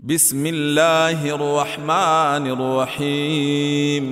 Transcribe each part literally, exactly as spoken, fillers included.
بسم الله الرحمن الرحيم.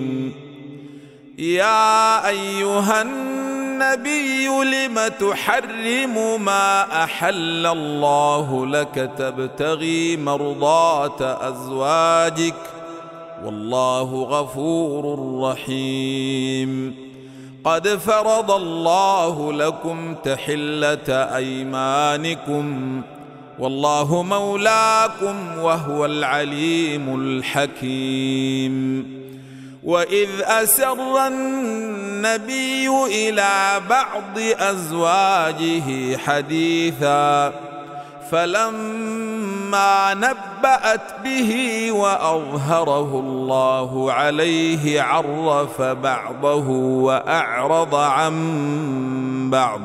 يا أيها النبي لم تحرم ما أحل الله لك تبتغي مرضات أزواجك والله غفور رحيم. قد فرض الله لكم تحلة أيمانكم والله مولاكم وهو العليم الحكيم. وإذ أسر النبي إلى بعض أزواجه حديثا فلما نبأت به وأظهره الله عليه عرف بعضه وأعرض عن بعض.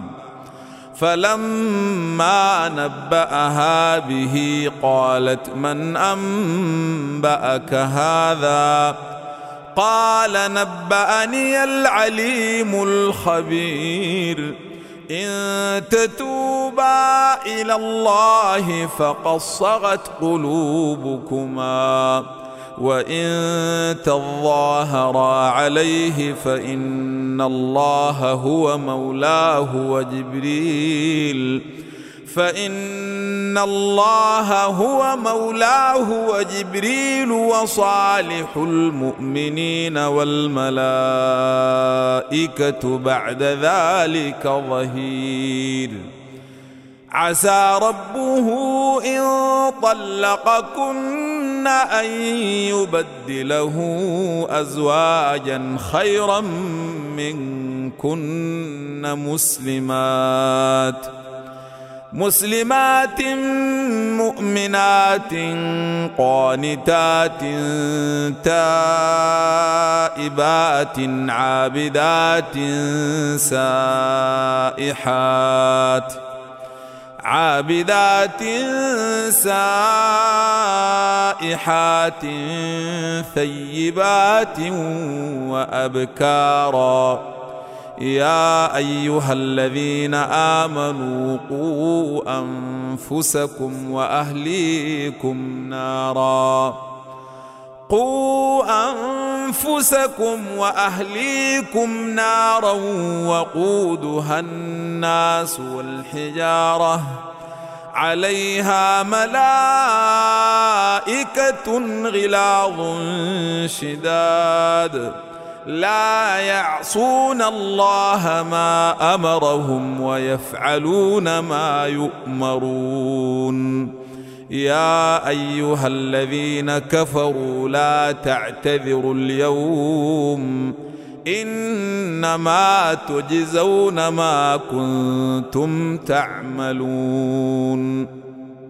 فلما نبأها به قالت من أنبأك هذا؟ قال نبأني العليم الخبير. إن تتوبا إلى الله فقد صغت قلوبكما وإن تظاهرا عليه فإن الله هو مولاه وجبريل فإن الله هو مولاه وجبريل وصالح المؤمنين والملائكة بعد ذلك ظهير. عسى ربه إن طلقكن أن يبدله أزواجا خيرا منكن مسلمات مسلمات مؤمنات قانتات تائبات عابدات سائحات عابدات سائحات ثيبات وأبكارا. يا أيها الذين آمنوا قوا أنفسكم وأهليكم نارا قوا أنفسكم وأهليكم نارا وقودها الناس والحجارة عليها ملائكة غلاظ شداد لا يعصون الله ما أمرهم ويفعلون ما يؤمرون. يا أيها الذين كفروا لا تعتذروا اليوم إنما تجزون ما كنتم تعملون.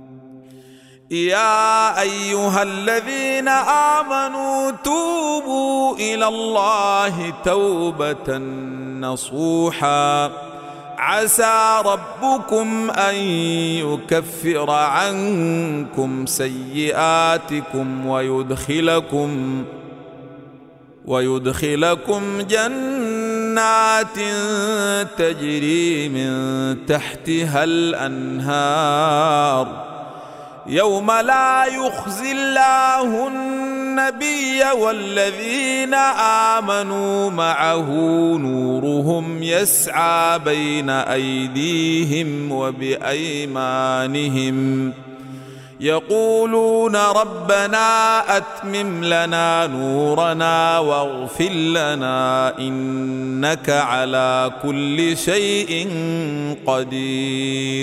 يا أيها الذين آمنوا توبوا إلى الله توبة نصوحا عسى ربكم أن يكفر عنكم سيئاتكم ويدخلكم ويدخلكم جنات تجري من تحتها الأنهار يوم لا يخزي الله النبي والذين آمنوا معه نورهم يسعى بين أيديهم وبأيمانهم يقولون ربنا أتمم لنا نورنا واغفر لنا إنك على كل شيء قدير.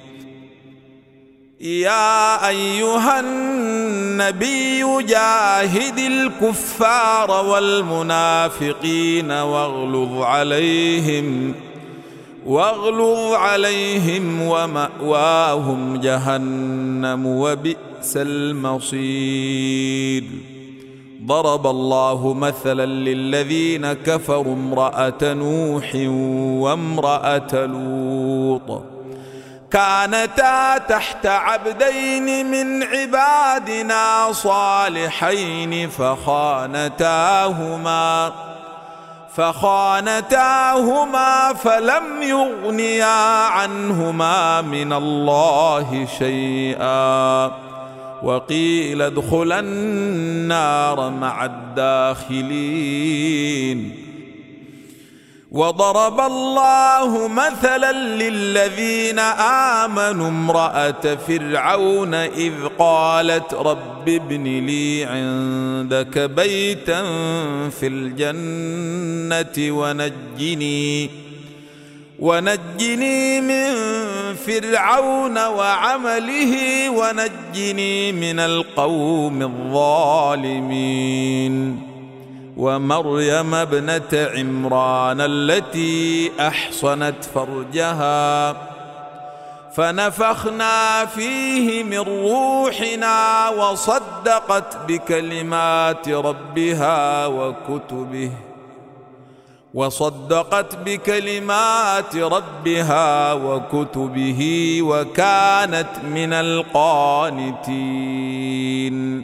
يا أيها النبي جاهد الكفار والمنافقين واغلظ عليهم واغلظ عليهم ومأواهم جهنم وبئس المصير. ضرب الله مثلا للذين كفروا امرأة نوح وامرأة لوط كانتا تحت عبدين من عبادنا صالحين فخانتاهما فخانتاهما فلم يغنيا عنهما من الله شيئا وقيل ادخلا النار مع الداخلين. وضرب الله مثلا للذين آمنوا امرأة فرعون إذ قالت رب ابن لي عندك بيتا في الجنة ونجني ونجني من فرعون وعمله ونجني من القوم الظالمين. ومريم ابنة عمران التي أحصنت فرجها فنفخنا فيه من روحنا وصدقت بكلمات ربها وكتبه وصدقت بكلمات ربها وكتبه وكانت من القانتين.